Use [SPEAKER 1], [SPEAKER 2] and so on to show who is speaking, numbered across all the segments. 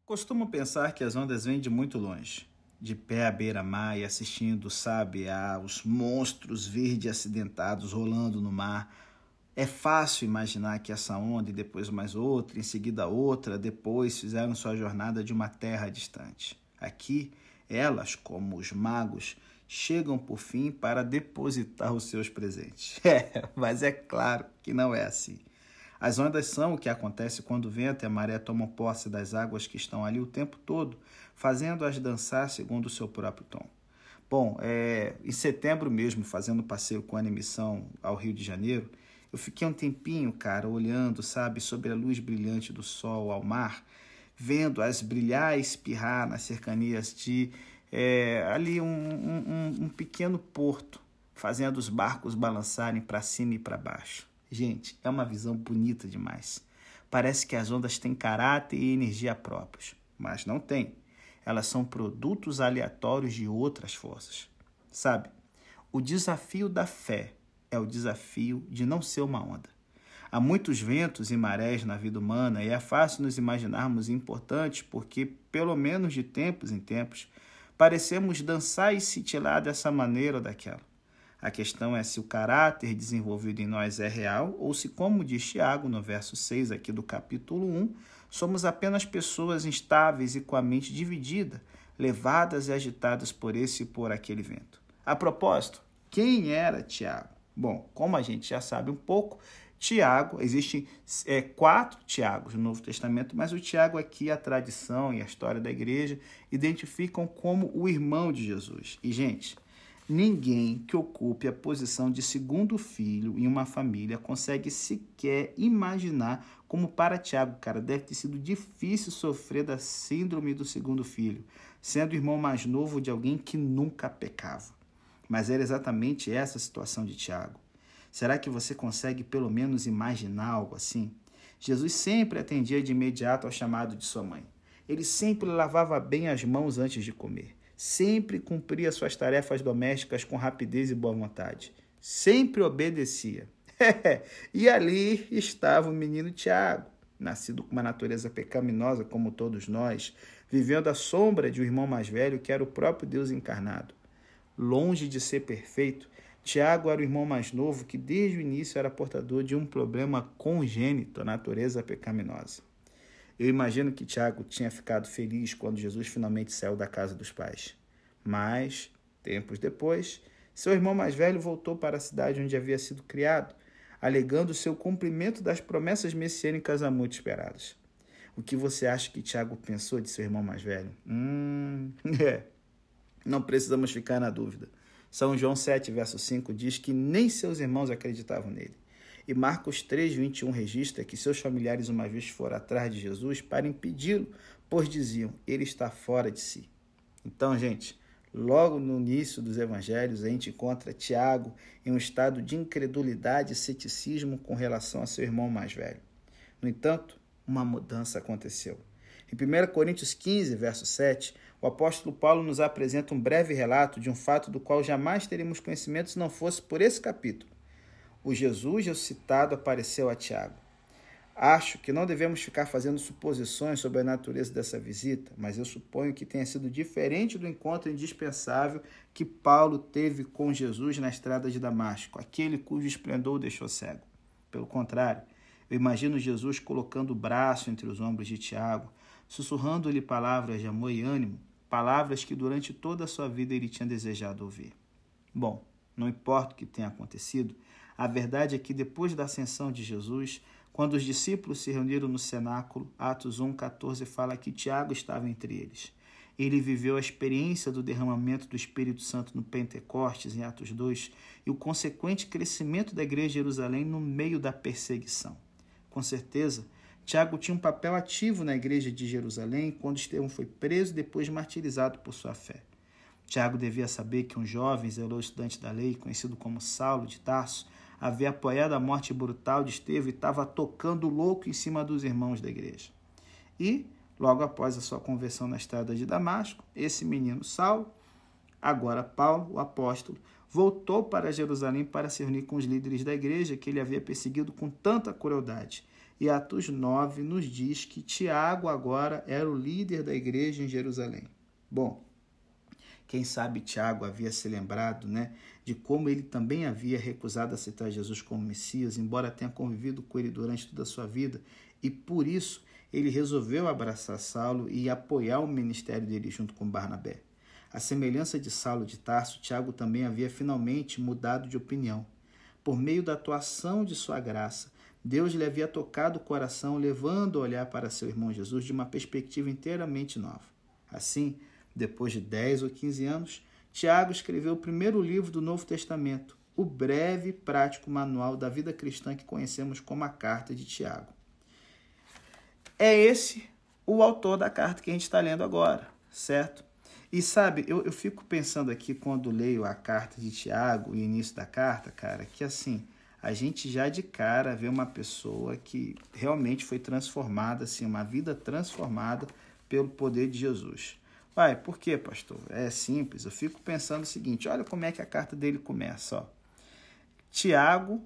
[SPEAKER 1] Costumo pensar que as ondas vêm de muito longe, de pé à beira-mar e assistindo, sabe, aos monstros verdes acidentados rolando no mar. É fácil imaginar que essa onda e depois mais outra, em seguida outra, depois fizeram sua jornada de uma terra distante. Aqui, elas, como os magos, chegam por fim para depositar os seus presentes. Mas é claro que não é assim. As ondas são o que acontece quando o vento e a maré tomam posse das águas que estão ali o tempo todo, fazendo-as dançar segundo o seu próprio tom. Bom, em setembro mesmo, fazendo passeio com a missão ao Rio de Janeiro, eu fiquei um tempinho, cara, olhando, sabe, sobre a luz brilhante do sol ao mar, vendo as brilhar e espirrar nas cercanias de ali um pequeno porto, fazendo os barcos balançarem para cima e para baixo. Gente, é uma visão bonita demais. Parece que as ondas têm caráter e energia próprios, mas não têm. Elas são produtos aleatórios de outras forças. Sabe, o desafio da fé é o desafio de não ser uma onda. Há muitos ventos e marés na vida humana e é fácil nos imaginarmos importantes porque, pelo menos de tempos em tempos, parecemos dançar e cintilar dessa maneira ou daquela. A questão é se o caráter desenvolvido em nós é real ou se, como diz Tiago no verso 6 aqui do capítulo 1, somos apenas pessoas instáveis e com a mente dividida, levadas e agitadas por esse e por aquele vento. A propósito, quem era Tiago? Bom, como a gente já sabe um pouco, Tiago, existem 4 Tiagos no Novo Testamento, mas o Tiago aqui, a tradição e a história da igreja, identificam como o irmão de Jesus. E, gente, ninguém que ocupe a posição de segundo filho em uma família consegue sequer imaginar como para Tiago, cara, deve ter sido difícil sofrer da síndrome do segundo filho, sendo o irmão mais novo de alguém que nunca pecava. Mas era exatamente essa a situação de Tiago. Será que você consegue pelo menos imaginar algo assim? Jesus sempre atendia de imediato ao chamado de sua mãe. Ele sempre lavava bem as mãos antes de comer. Sempre cumpria suas tarefas domésticas com rapidez e boa vontade. Sempre obedecia. E ali estava o menino Tiago, nascido com uma natureza pecaminosa como todos nós, vivendo à sombra de um irmão mais velho que era o próprio Deus encarnado. Longe de ser perfeito, Tiago era o irmão mais novo que desde o início era portador de um problema congênito, a natureza pecaminosa. Eu imagino que Tiago tinha ficado feliz quando Jesus finalmente saiu da casa dos pais. Mas, tempos depois, seu irmão mais velho voltou para a cidade onde havia sido criado, alegando seu cumprimento das promessas messiânicas há muito esperadas. O que você acha que Tiago pensou de seu irmão mais velho? Não precisamos ficar na dúvida. São João 7, verso 5 diz que nem seus irmãos acreditavam nele. E Marcos 3, 21 registra que seus familiares uma vez foram atrás de Jesus para impedi-lo, pois diziam, ele está fora de si. Então, gente, logo no início dos evangelhos, a gente encontra Tiago em um estado de incredulidade e ceticismo com relação a seu irmão mais velho. No entanto, uma mudança aconteceu. Em 1 Coríntios 15, verso 7, o apóstolo Paulo nos apresenta um breve relato de um fato do qual jamais teríamos conhecimento se não fosse por esse capítulo. O Jesus ressuscitado apareceu a Tiago. Acho que não devemos ficar fazendo suposições sobre a natureza dessa visita, mas eu suponho que tenha sido diferente do encontro indispensável que Paulo teve com Jesus na estrada de Damasco, aquele cujo esplendor o deixou cego. Pelo contrário, eu imagino Jesus colocando o braço entre os ombros de Tiago, sussurrando-lhe palavras de amor e ânimo, palavras que durante toda a sua vida ele tinha desejado ouvir. Bom, não importa o que tenha acontecido, a verdade é que depois da ascensão de Jesus, quando os discípulos se reuniram no cenáculo, Atos 1,14 fala que Tiago estava entre eles. Ele viveu a experiência do derramamento do Espírito Santo no Pentecostes, em Atos 2, e o consequente crescimento da igreja de Jerusalém no meio da perseguição. Com certeza, Tiago tinha um papel ativo na igreja de Jerusalém quando Estevão foi preso e depois martirizado por sua fé. Tiago devia saber que um jovem zeloso estudante da lei, conhecido como Saulo de Tarso, havia apoiado a morte brutal de Estevão e estava tocando louco em cima dos irmãos da igreja. E, logo após a sua conversão na estrada de Damasco, esse menino Saulo, agora Paulo, o apóstolo, voltou para Jerusalém para se reunir com os líderes da igreja que ele havia perseguido com tanta crueldade. E Atos 9 nos diz que Tiago agora era o líder da igreja em Jerusalém. Bom, quem sabe Tiago havia se lembrado, de como ele também havia recusado aceitar Jesus como Messias, embora tenha convivido com ele durante toda a sua vida, e por isso ele resolveu abraçar Saulo e apoiar o ministério dele junto com Barnabé. À semelhança de Saulo de Tarso, Tiago também havia finalmente mudado de opinião. Por meio da atuação de sua graça, Deus lhe havia tocado o coração, levando a olhar para seu irmão Jesus de uma perspectiva inteiramente nova. Assim, depois de 10 ou 15 anos, Tiago escreveu o primeiro livro do Novo Testamento, o breve e prático manual da vida cristã que conhecemos como a Carta de Tiago. É esse o autor da carta que a gente está lendo agora, certo? E sabe, eu fico pensando aqui quando leio a carta de Tiago, o início da carta, cara, que assim, a gente já de cara vê uma pessoa que realmente foi transformada, assim, uma vida transformada pelo poder de Jesus. Uai, por quê, pastor? É simples, eu fico pensando o seguinte, olha como é que a carta dele começa, ó. Tiago,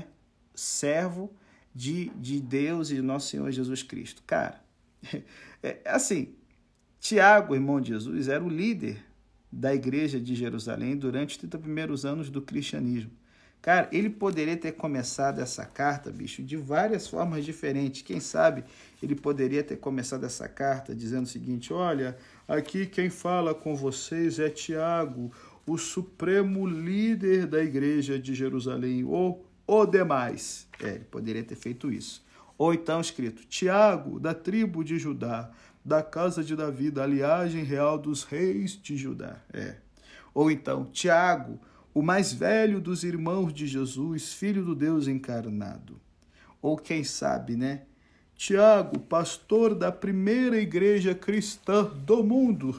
[SPEAKER 1] servo de Deus e de nosso Senhor Jesus Cristo. Cara, assim, Tiago, irmão de Jesus, era o líder da igreja de Jerusalém durante os 30 primeiros anos do cristianismo. Cara, ele poderia ter começado essa carta, bicho, de várias formas diferentes. Quem sabe ele poderia ter começado essa carta dizendo o seguinte, olha, aqui quem fala com vocês é Tiago, o supremo líder da igreja de Jerusalém, ou o demais. Ele poderia ter feito isso. Ou então escrito, Tiago, da tribo de Judá, da casa de Davi, da linhagem real dos reis de Judá. Ou então, Tiago, o mais velho dos irmãos de Jesus, filho do Deus encarnado. Ou quem sabe, Tiago, pastor da primeira igreja cristã do mundo.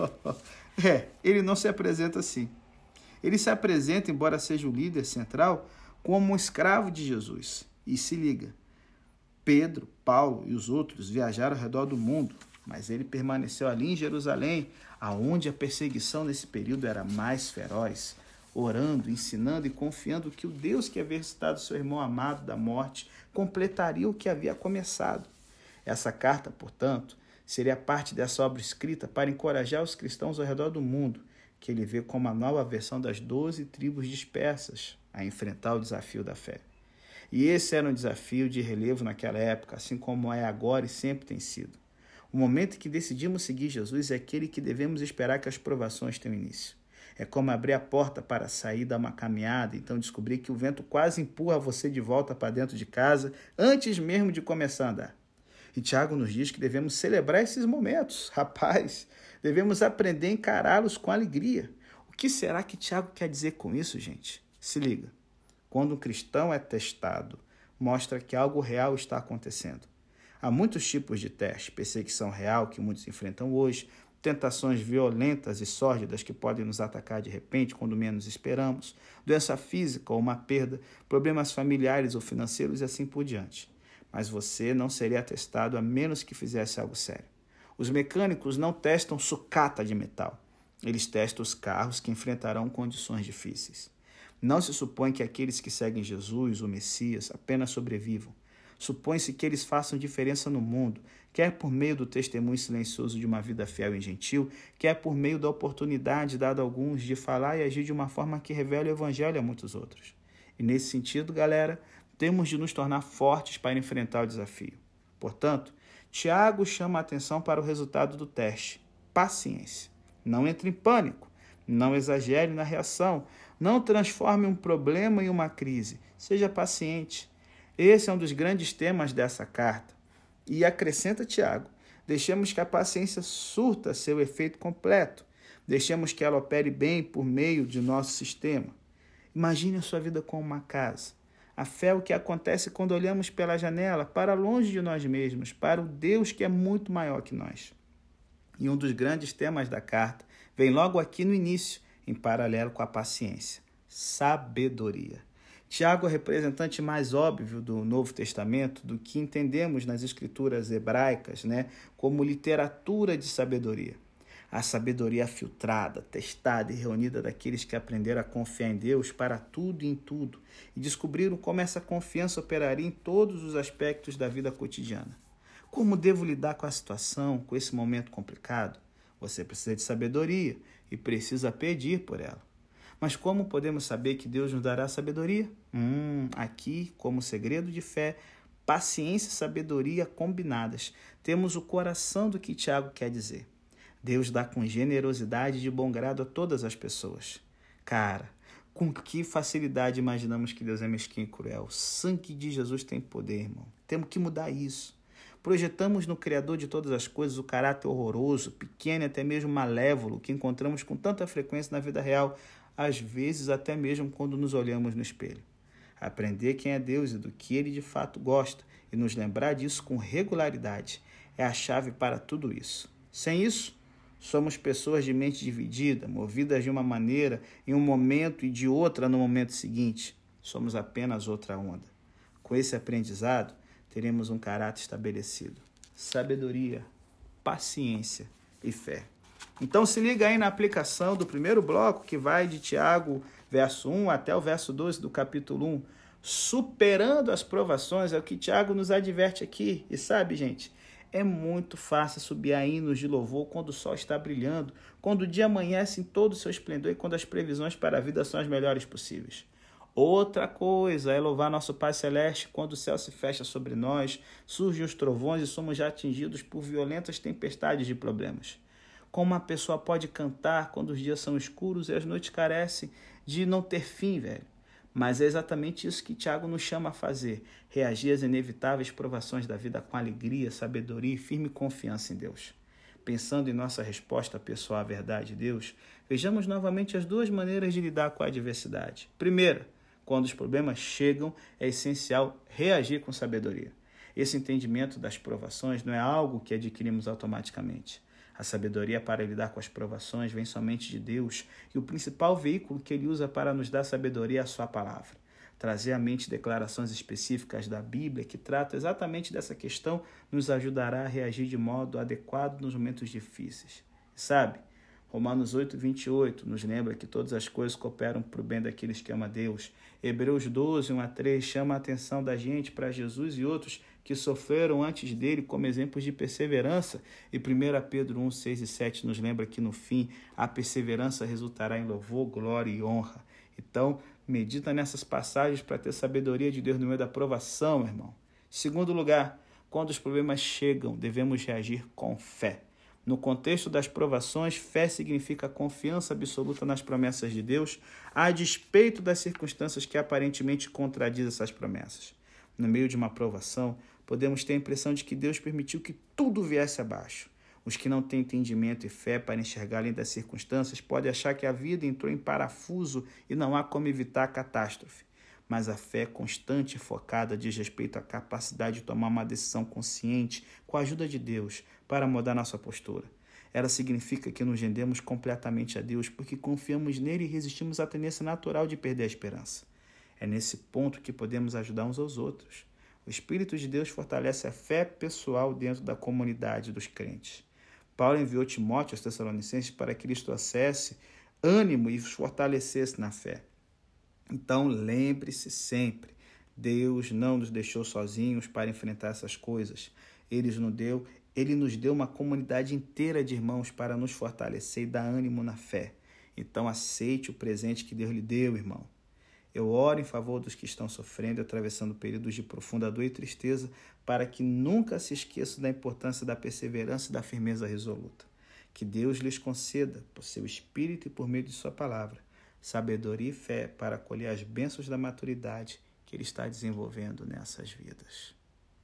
[SPEAKER 1] Ele não se apresenta assim. Ele se apresenta, embora seja o líder central, como um escravo de Jesus. E se liga, Pedro, Paulo e os outros viajaram ao redor do mundo, mas ele permaneceu ali em Jerusalém, aonde a perseguição nesse período era mais feroz, orando, ensinando e confiando que o Deus que havia ressuscitado seu irmão amado da morte completaria o que havia começado. Essa carta, portanto, seria parte dessa obra escrita para encorajar os cristãos ao redor do mundo, que ele vê como a nova versão das 12 tribos dispersas a enfrentar o desafio da fé. E esse era um desafio de relevo naquela época, assim como é agora e sempre tem sido. O momento em que decidimos seguir Jesus é aquele que devemos esperar que as provações tenham início. É como abrir a porta para sair, dar uma caminhada, então descobrir que o vento quase empurra você de volta para dentro de casa, antes mesmo de começar a andar. E Tiago nos diz que devemos celebrar esses momentos. Rapaz, devemos aprender a encará-los com alegria. O que será que Tiago quer dizer com isso, gente? Se liga. Quando um cristão é testado, mostra que algo real está acontecendo. Há muitos tipos de teste, perseguição real que muitos enfrentam hoje, tentações violentas e sórdidas que podem nos atacar de repente quando menos esperamos, doença física ou uma perda, problemas familiares ou financeiros e assim por diante. Mas você não seria testado a menos que fizesse algo sério. Os mecânicos não testam sucata de metal. Eles testam os carros que enfrentarão condições difíceis. Não se supõe que aqueles que seguem Jesus, o Messias, apenas sobrevivam. Supõe-se que eles façam diferença no mundo, quer por meio do testemunho silencioso de uma vida fiel e gentil, quer por meio da oportunidade dada a alguns de falar e agir de uma forma que revele o evangelho a muitos outros. E nesse sentido, galera, temos de nos tornar fortes para enfrentar o desafio. Portanto, Tiago chama a atenção para o resultado do teste. Paciência. Não entre em pânico. Não exagere na reação. Não transforme um problema em uma crise. Seja paciente. Esse é um dos grandes temas dessa carta. E acrescenta Tiago, deixemos que a paciência surta seu efeito completo. Deixemos que ela opere bem por meio de nosso sistema. Imagine a sua vida como uma casa. A fé é o que acontece quando olhamos pela janela, para longe de nós mesmos, para o Deus que é muito maior que nós. E um dos grandes temas da carta vem logo aqui no início, em paralelo com a paciência. Sabedoria. Tiago é o representante mais óbvio do Novo Testamento, do que entendemos nas escrituras hebraicas, como literatura de sabedoria. A sabedoria filtrada, testada e reunida daqueles que aprenderam a confiar em Deus para tudo e em tudo e descobriram como essa confiança operaria em todos os aspectos da vida cotidiana. Como devo lidar com a situação, com esse momento complicado? Você precisa de sabedoria e precisa pedir por ela. Mas como podemos saber que Deus nos dará sabedoria? Aqui, como segredo de fé, paciência e sabedoria combinadas, temos o coração do que Tiago quer dizer. Deus dá com generosidade e de bom grado a todas as pessoas. Cara, com que facilidade imaginamos que Deus é mesquinho e cruel. O sangue de Jesus tem poder, irmão. Temos que mudar isso. Projetamos no Criador de todas as coisas o caráter horroroso, pequeno e até mesmo malévolo que encontramos com tanta frequência na vida real, às vezes até mesmo quando nos olhamos no espelho. Aprender quem é Deus e do que Ele de fato gosta e nos lembrar disso com regularidade é a chave para tudo isso. Sem isso, somos pessoas de mente dividida, movidas de uma maneira em um momento e de outra no momento seguinte. Somos apenas outra onda. Com esse aprendizado, teremos um caráter estabelecido. Sabedoria, paciência e fé. Então se liga aí na aplicação do primeiro bloco, que vai de Tiago, verso 1 até o verso 12 do capítulo 1. Superando as provações, é o que Tiago nos adverte aqui. E sabe, gente, é muito fácil subir a hinos de louvor quando o sol está brilhando, quando o dia amanhece em todo o seu esplendor e quando as previsões para a vida são as melhores possíveis. Outra coisa é louvar nosso Pai Celeste quando o céu se fecha sobre nós, surgem os trovões e somos já atingidos por violentas tempestades de problemas. Como uma pessoa pode cantar quando os dias são escuros e as noites carecem de não ter fim, velho? Mas é exatamente isso que Tiago nos chama a fazer, reagir às inevitáveis provações da vida com alegria, sabedoria e firme confiança em Deus. Pensando em nossa resposta pessoal à verdade de Deus, vejamos novamente as duas maneiras de lidar com a adversidade. Primeira, quando os problemas chegam, é essencial reagir com sabedoria. Esse entendimento das provações não é algo que adquirimos automaticamente. A sabedoria para lidar com as provações vem somente de Deus e o principal veículo que Ele usa para nos dar sabedoria é a sua palavra. Trazer à mente declarações específicas da Bíblia que tratam exatamente dessa questão nos ajudará a reagir de modo adequado nos momentos difíceis. E sabe, Romanos 8:28 nos lembra que todas as coisas cooperam para o bem daqueles que amam a Deus. Hebreus 12:1-3 chama a atenção da gente para Jesus e outros que sofreram antes dele como exemplos de perseverança. E 1 Pedro 1:6-7 nos lembra que no fim a perseverança resultará em louvor, glória e honra. Então, medita nessas passagens para ter sabedoria de Deus no meio da provação, meu irmão. Segundo lugar, quando os problemas chegam, devemos reagir com fé. No contexto das provações, fé significa confiança absoluta nas promessas de Deus, a despeito das circunstâncias que aparentemente contradizem essas promessas. No meio de uma provação, podemos ter a impressão de que Deus permitiu que tudo viesse abaixo. Os que não têm entendimento e fé para enxergar além das circunstâncias podem achar que a vida entrou em parafuso e não há como evitar a catástrofe. Mas a fé constante e focada diz respeito à capacidade de tomar uma decisão consciente com a ajuda de Deus para mudar nossa postura. Ela significa que nos rendemos completamente a Deus porque confiamos nele e resistimos à tendência natural de perder a esperança. É nesse ponto que podemos ajudar uns aos outros. O Espírito de Deus fortalece a fé pessoal dentro da comunidade dos crentes. Paulo enviou Timóteo aos Tessalonicenses para que lhes trouxesse ânimo e os fortalecesse na fé. Então, lembre-se sempre, Deus não nos deixou sozinhos para enfrentar essas coisas. Ele nos deu uma comunidade inteira de irmãos para nos fortalecer e dar ânimo na fé. Então, aceite o presente que Deus lhe deu, irmão. Eu oro em favor dos que estão sofrendo e atravessando períodos de profunda dor e tristeza para que nunca se esqueçam da importância da perseverança e da firmeza resoluta. Que Deus lhes conceda, por seu Espírito e por meio de sua palavra, sabedoria e fé para colher as bênçãos da maturidade que Ele está desenvolvendo nessas vidas.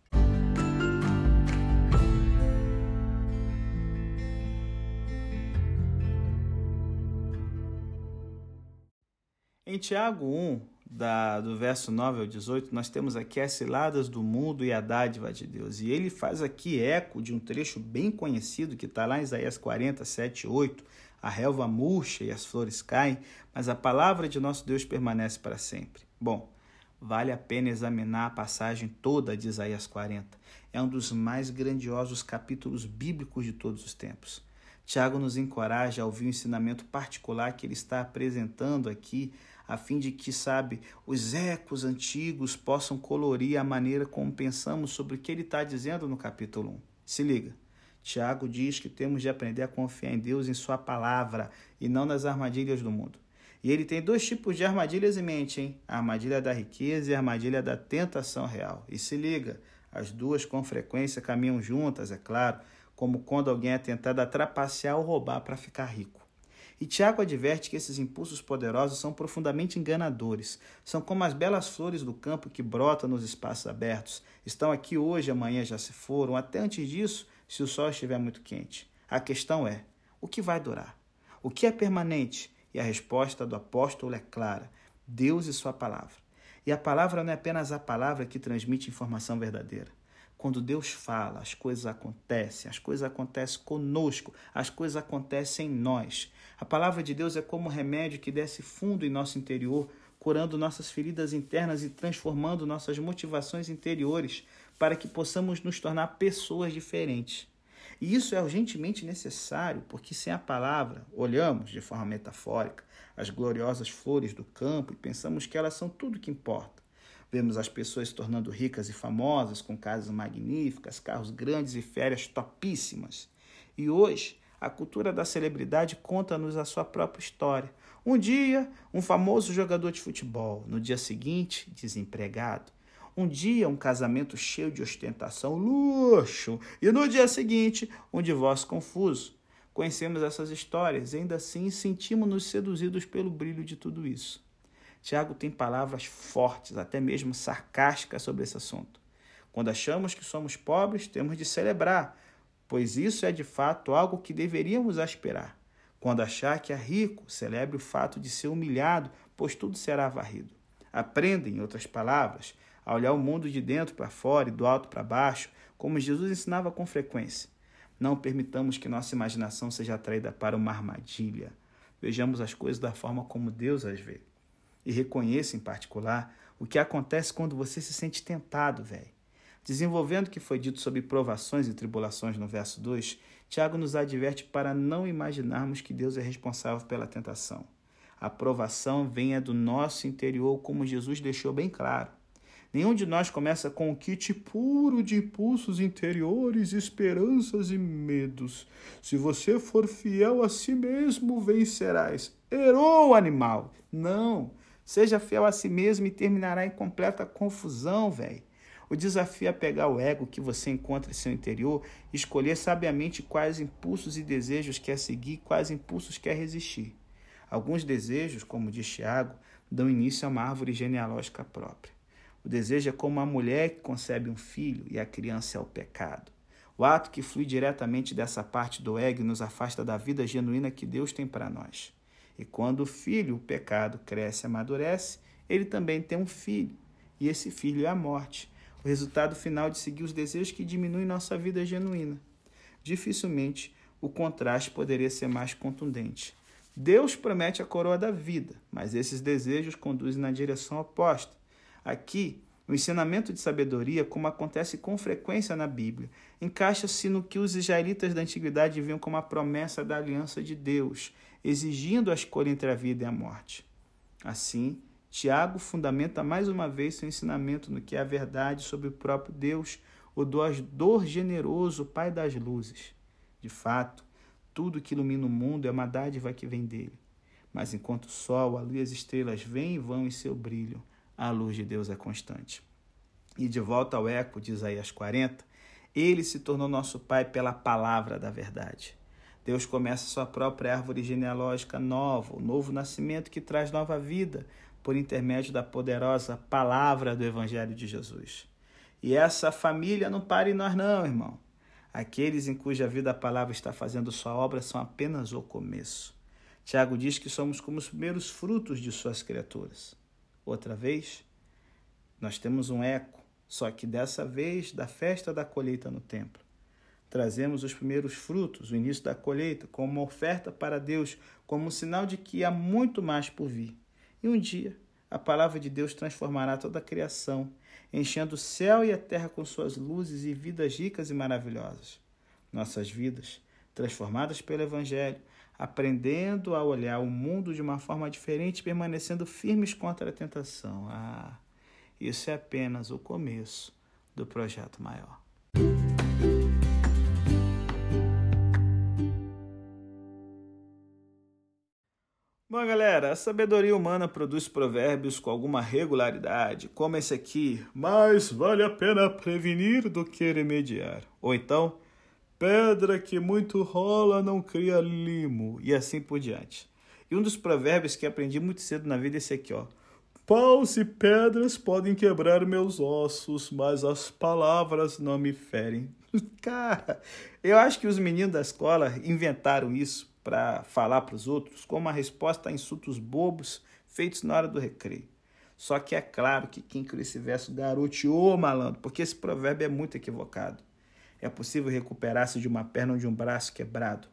[SPEAKER 1] Em Tiago 1, do verso 9 ao 18, nós temos aqui as ciladas do mundo e a dádiva de Deus. E ele faz aqui eco de um trecho bem conhecido que está lá em Isaías 40, 7 e 8. A relva murcha e as flores caem, mas a palavra de nosso Deus permanece para sempre. Bom, vale a pena examinar a passagem toda de Isaías 40. É um dos mais grandiosos capítulos bíblicos de todos os tempos. Tiago nos encoraja a ouvir o ensinamento particular que ele está apresentando aqui, a fim de que, os ecos antigos possam colorir a maneira como pensamos sobre o que ele está dizendo no capítulo 1. Se liga, Tiago diz que temos de aprender a confiar em Deus, em sua palavra, e não nas armadilhas do mundo. E ele tem 2 tipos de armadilhas em mente, hein? A armadilha da riqueza e a armadilha da tentação real. E se liga, as duas com frequência caminham juntas, é claro, como quando alguém é tentado a trapacear ou roubar para ficar rico. E Tiago adverte que esses impulsos poderosos são profundamente enganadores. São como as belas flores do campo que brotam nos espaços abertos. Estão aqui hoje, amanhã já se foram, até antes disso, se o sol estiver muito quente. A questão é, o que vai durar? O que é permanente? E a resposta do apóstolo é clara, Deus e sua palavra. E a palavra não é apenas a palavra que transmite informação verdadeira. Quando Deus fala, as coisas acontecem conosco, as coisas acontecem em nós. A palavra de Deus é como um remédio que desce fundo em nosso interior, curando nossas feridas internas e transformando nossas motivações interiores para que possamos nos tornar pessoas diferentes. E isso é urgentemente necessário, porque sem a palavra, olhamos de forma metafórica as gloriosas flores do campo e pensamos que elas são tudo que importa. Vemos as pessoas se tornando ricas e famosas, com casas magníficas, carros grandes e férias topíssimas. E hoje, a cultura da celebridade conta-nos a sua própria história. Um dia, um famoso jogador de futebol. No dia seguinte, desempregado. Um dia, um casamento cheio de ostentação, luxo. E no dia seguinte, um divórcio confuso. Conhecemos essas histórias e ainda assim sentimos-nos seduzidos pelo brilho de tudo isso. Tiago tem palavras fortes, até mesmo sarcásticas sobre esse assunto. Quando achamos que somos pobres, temos de celebrar, pois isso é de fato algo que deveríamos aspirar. Quando achar que é rico, celebre o fato de ser humilhado, pois tudo será varrido. Aprenda, em outras palavras, a olhar o mundo de dentro para fora e do alto para baixo, como Jesus ensinava com frequência. Não permitamos que nossa imaginação seja atraída para uma armadilha. Vejamos as coisas da forma como Deus as vê. E reconheça, em particular, o que acontece quando você se sente tentado, Desenvolvendo o que foi dito sobre provações e tribulações no verso 2, Tiago nos adverte para não imaginarmos que Deus é responsável pela tentação. A provação vem do nosso interior, como Jesus deixou bem claro. Nenhum de nós começa com um kit puro de impulsos interiores, esperanças e medos. Se você for fiel a si mesmo, vencerás. Errou, animal! Não! Seja fiel a si mesmo e terminará em completa confusão, O desafio é pegar o ego que você encontra em seu interior e escolher sabiamente quais impulsos e desejos quer seguir e quais impulsos quer resistir. Alguns desejos, como diz Tiago, dão início a uma árvore genealógica própria. O desejo é como uma mulher que concebe um filho e a criança é o pecado. O ato que flui diretamente dessa parte do ego nos afasta da vida genuína que Deus tem para nós. E quando o filho, o pecado, cresce e amadurece, ele também tem um filho, e esse filho é a morte, o resultado final de seguir os desejos que diminuem nossa vida genuína. Dificilmente o contraste poderia ser mais contundente. Deus promete a coroa da vida, mas esses desejos conduzem na direção oposta. Aqui, o ensinamento de sabedoria, como acontece com frequência na Bíblia, encaixa-se no que os israelitas da antiguidade viam como a promessa da aliança de Deus, exigindo a escolha entre a vida e a morte. Assim, Tiago fundamenta mais uma vez seu ensinamento no que é a verdade sobre o próprio Deus, o doador generoso, o Pai das luzes. De fato, tudo que ilumina o mundo é uma dádiva que vem dele. Mas enquanto o sol, a lua e as estrelas vêm e vão em seu brilho, a luz de Deus é constante. E de volta ao eco de Isaías 40, ele se tornou nosso Pai pela palavra da verdade. Deus começa sua própria árvore genealógica nova, o novo nascimento que traz nova vida, por intermédio da poderosa palavra do Evangelho de Jesus. E essa família não para em nós não, irmão. Aqueles em cuja vida a palavra está fazendo sua obra são apenas o começo. Tiago diz que somos como os primeiros frutos de suas criaturas. Outra vez, nós temos um eco, só que dessa vez da festa da colheita no templo. Trazemos os primeiros frutos, o início da colheita, como uma oferta para Deus, como um sinal de que há muito mais por vir. E um dia, a palavra de Deus transformará toda a criação, enchendo o céu e a terra com suas luzes e vidas ricas e maravilhosas. Nossas vidas transformadas pelo Evangelho, aprendendo a olhar o mundo de uma forma diferente, permanecendo firmes contra a tentação. Isso é apenas o começo do projeto maior. Bom, galera, a sabedoria humana produz provérbios com alguma regularidade, como esse aqui: mais vale a pena prevenir do que remediar. Ou então, pedra que muito rola não cria limo, e assim por diante. E um dos provérbios que aprendi muito cedo na vida é esse aqui, ó: paus e pedras podem quebrar meus ossos, mas as palavras não me ferem. Cara, eu acho que os meninos da escola inventaram isso para falar para os outros como uma resposta a insultos bobos feitos na hora do recreio. Só que é claro que quem criou esse verso garoteou, malandro, porque esse provérbio é muito equivocado. É possível recuperar-se de uma perna ou de um braço quebrado,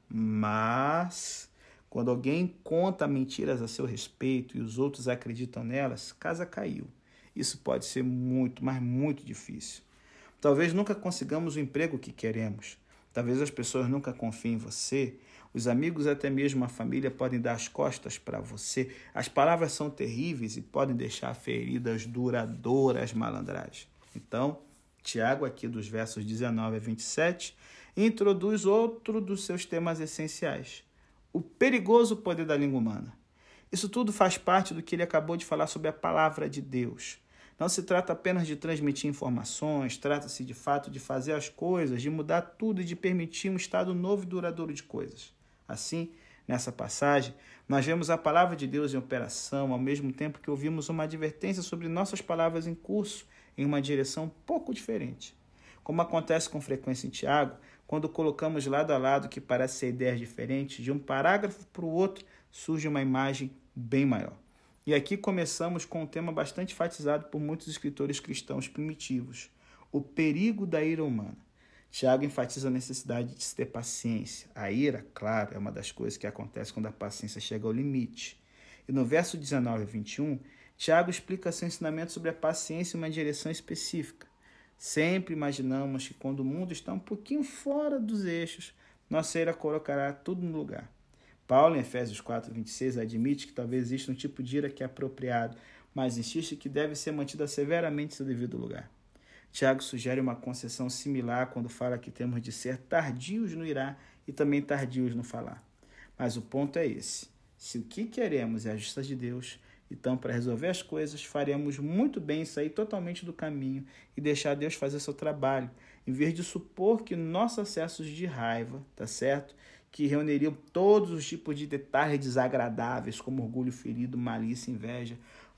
[SPEAKER 1] mas quando alguém conta mentiras a seu respeito e os outros acreditam nelas, casa caiu. Isso pode ser muito, mas muito difícil. Talvez nunca consigamos o emprego que queremos. Talvez as pessoas nunca confiem em você. Os amigos, até mesmo a família, podem dar as costas para você. As palavras são terríveis e podem deixar feridas duradouras, malandragem. Então, Tiago, aqui dos versos 19 a 27, introduz outro dos seus temas essenciais: o perigoso poder da língua humana. Isso tudo faz parte do que ele acabou de falar sobre a palavra de Deus. Não se trata apenas de transmitir informações, trata-se de fato de fazer as coisas, de mudar tudo e de permitir um estado novo e duradouro de coisas. Assim, nessa passagem, nós vemos a palavra de Deus em operação, ao mesmo tempo que ouvimos uma advertência sobre nossas palavras em curso, em uma direção um pouco diferente. Como acontece com frequência em Tiago, quando colocamos lado a lado que parece ser ideias diferentes, de um parágrafo para o outro surge uma imagem bem maior. E aqui começamos com um tema bastante enfatizado por muitos escritores cristãos primitivos: o perigo da ira humana. Tiago enfatiza a necessidade de se ter paciência. A ira, claro, é uma das coisas que acontece quando a paciência chega ao limite. E no verso 19 a 21, Tiago explica seu ensinamento sobre a paciência em uma direção específica. Sempre imaginamos que quando o mundo está um pouquinho fora dos eixos, nossa ira colocará tudo no lugar. Paulo, em Efésios 4, 26, admite que talvez exista um tipo de ira que é apropriado, mas insiste que deve ser mantida severamente em seu devido lugar. Tiago sugere uma concessão similar quando fala que temos de ser tardios no irar e também tardios no falar. Mas o ponto é esse: se o que queremos é a justiça de Deus, então, para resolver as coisas, faremos muito bem em sair totalmente do caminho e deixar Deus fazer seu trabalho, em vez de supor que nossos acessos de raiva, tá certo? Que reuniriam todos os tipos de detalhes desagradáveis, como orgulho ferido, malícia, inveja.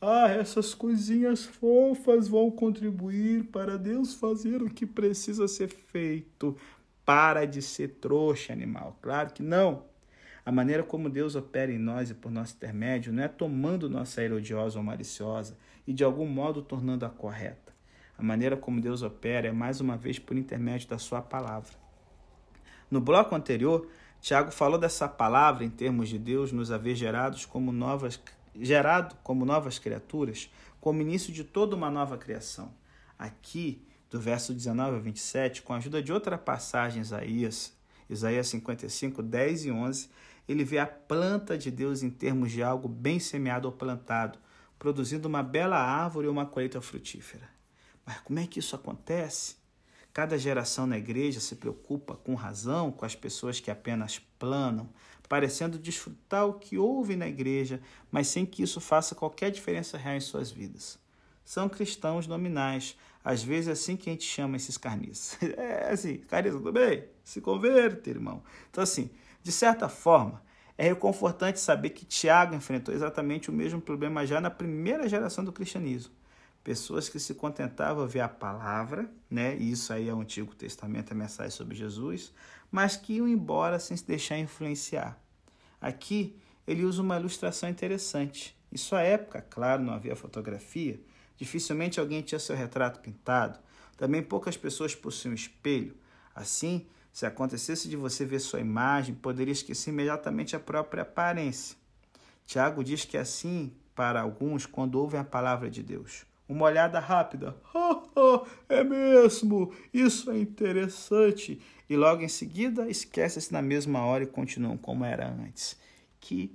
[SPEAKER 1] Essas coisinhas fofas vão contribuir para Deus fazer o que precisa ser feito. Para de ser trouxa, animal. Claro que não. A maneira como Deus opera em nós e por nosso intermédio não é tomando nossa ira odiosa ou maliciosa e de algum modo tornando-a correta. A maneira como Deus opera é mais uma vez por intermédio da sua palavra. No bloco anterior, Tiago falou dessa palavra em termos de Deus nos haver gerado como novas criaturas, como início de toda uma nova criação. Aqui, do verso 19 a 27, com a ajuda de outra passagem, Isaías 55, 10 e 11, ele vê a planta de Deus em termos de algo bem semeado ou plantado, produzindo uma bela árvore ou uma colheita frutífera. Mas como é que isso acontece? Cada geração na igreja se preocupa com razão com as pessoas que apenas planam, parecendo desfrutar o que ouvem na igreja, mas sem que isso faça qualquer diferença real em suas vidas. São cristãos nominais, às vezes é assim que a gente chama esses carniças. Carniça, tudo bem? Se converte, irmão. Então, assim, de certa forma, é reconfortante saber que Tiago enfrentou exatamente o mesmo problema já na primeira geração do cristianismo. Pessoas que se contentavam de ver a palavra, né? E isso aí é o Antigo Testamento, a mensagem sobre Jesus, mas que iam embora sem se deixar influenciar. Aqui, ele usa uma ilustração interessante. Em sua época, claro, não havia fotografia, dificilmente alguém tinha seu retrato pintado, também poucas pessoas possuíam espelho. Assim, se acontecesse de você ver sua imagem, poderia esquecer imediatamente a própria aparência. Tiago diz que é assim para alguns quando ouvem a palavra de Deus. uma olhada rápida. É mesmo, isso é interessante. E logo em seguida esquece-se na mesma hora e continuam como era antes. Que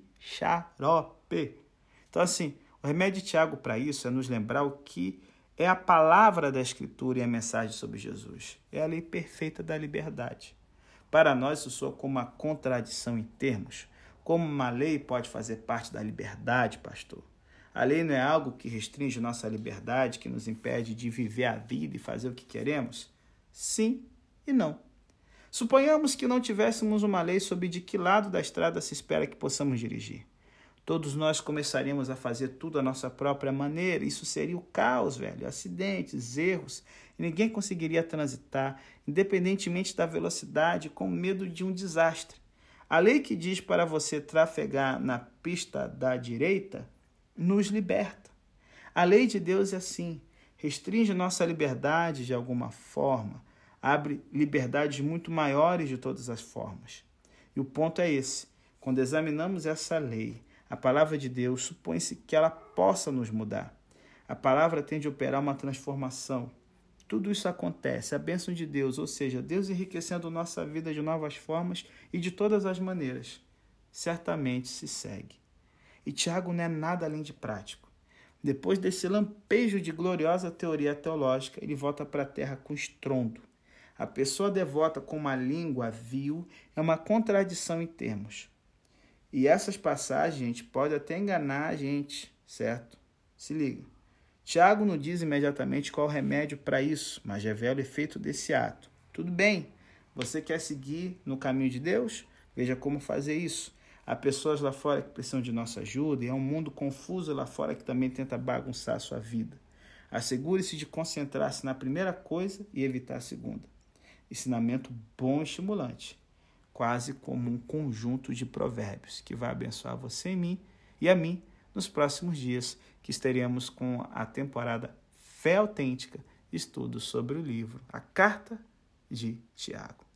[SPEAKER 1] xarope! Então assim, o remédio de Tiago para isso é nos lembrar o que é a palavra da Escritura e a mensagem sobre Jesus. É a lei perfeita da liberdade. Para nós isso soa como uma contradição em termos. Como uma lei pode fazer parte da liberdade, pastor? A lei não é algo que restringe nossa liberdade, que nos impede de viver a vida e fazer o que queremos? Sim e não. Suponhamos que não tivéssemos uma lei sobre de que lado da estrada se espera que possamos dirigir. Todos nós começaríamos a fazer tudo à nossa própria maneira. Isso seria o caos, velho. Acidentes, erros. E ninguém conseguiria transitar, independentemente da velocidade, com medo de um desastre. A lei que diz para você trafegar na pista da direita nos liberta. A lei de Deus é assim. Restringe nossa liberdade de alguma forma. Abre liberdades muito maiores de todas as formas. E o ponto é esse. Quando examinamos essa lei, a palavra de Deus, supõe-se que ela possa nos mudar. A palavra tende a operar uma transformação. Tudo isso acontece, a bênção de Deus, ou seja, Deus enriquecendo nossa vida de novas formas e de todas as maneiras. Certamente se segue. E Tiago não é nada além de prático. Depois desse lampejo de gloriosa teoria teológica, ele volta para a terra com estrondo. A pessoa devota com uma língua vil é uma contradição em termos. E essas passagens, gente, podem até enganar a gente, certo? Se liga. Tiago não diz imediatamente qual o remédio para isso, mas revela o efeito desse ato. Tudo bem, você quer seguir no caminho de Deus? Veja como fazer isso. Há pessoas lá fora que precisam de nossa ajuda e há um mundo confuso lá fora que também tenta bagunçar a sua vida. Assegure-se de concentrar-se na primeira coisa e evitar a segunda. Ensinamento bom e estimulante, quase como um conjunto de provérbios que vai abençoar você e a mim nos próximos dias, que estaremos com a temporada Fé Autêntica, estudo sobre o livro A Carta de Tiago.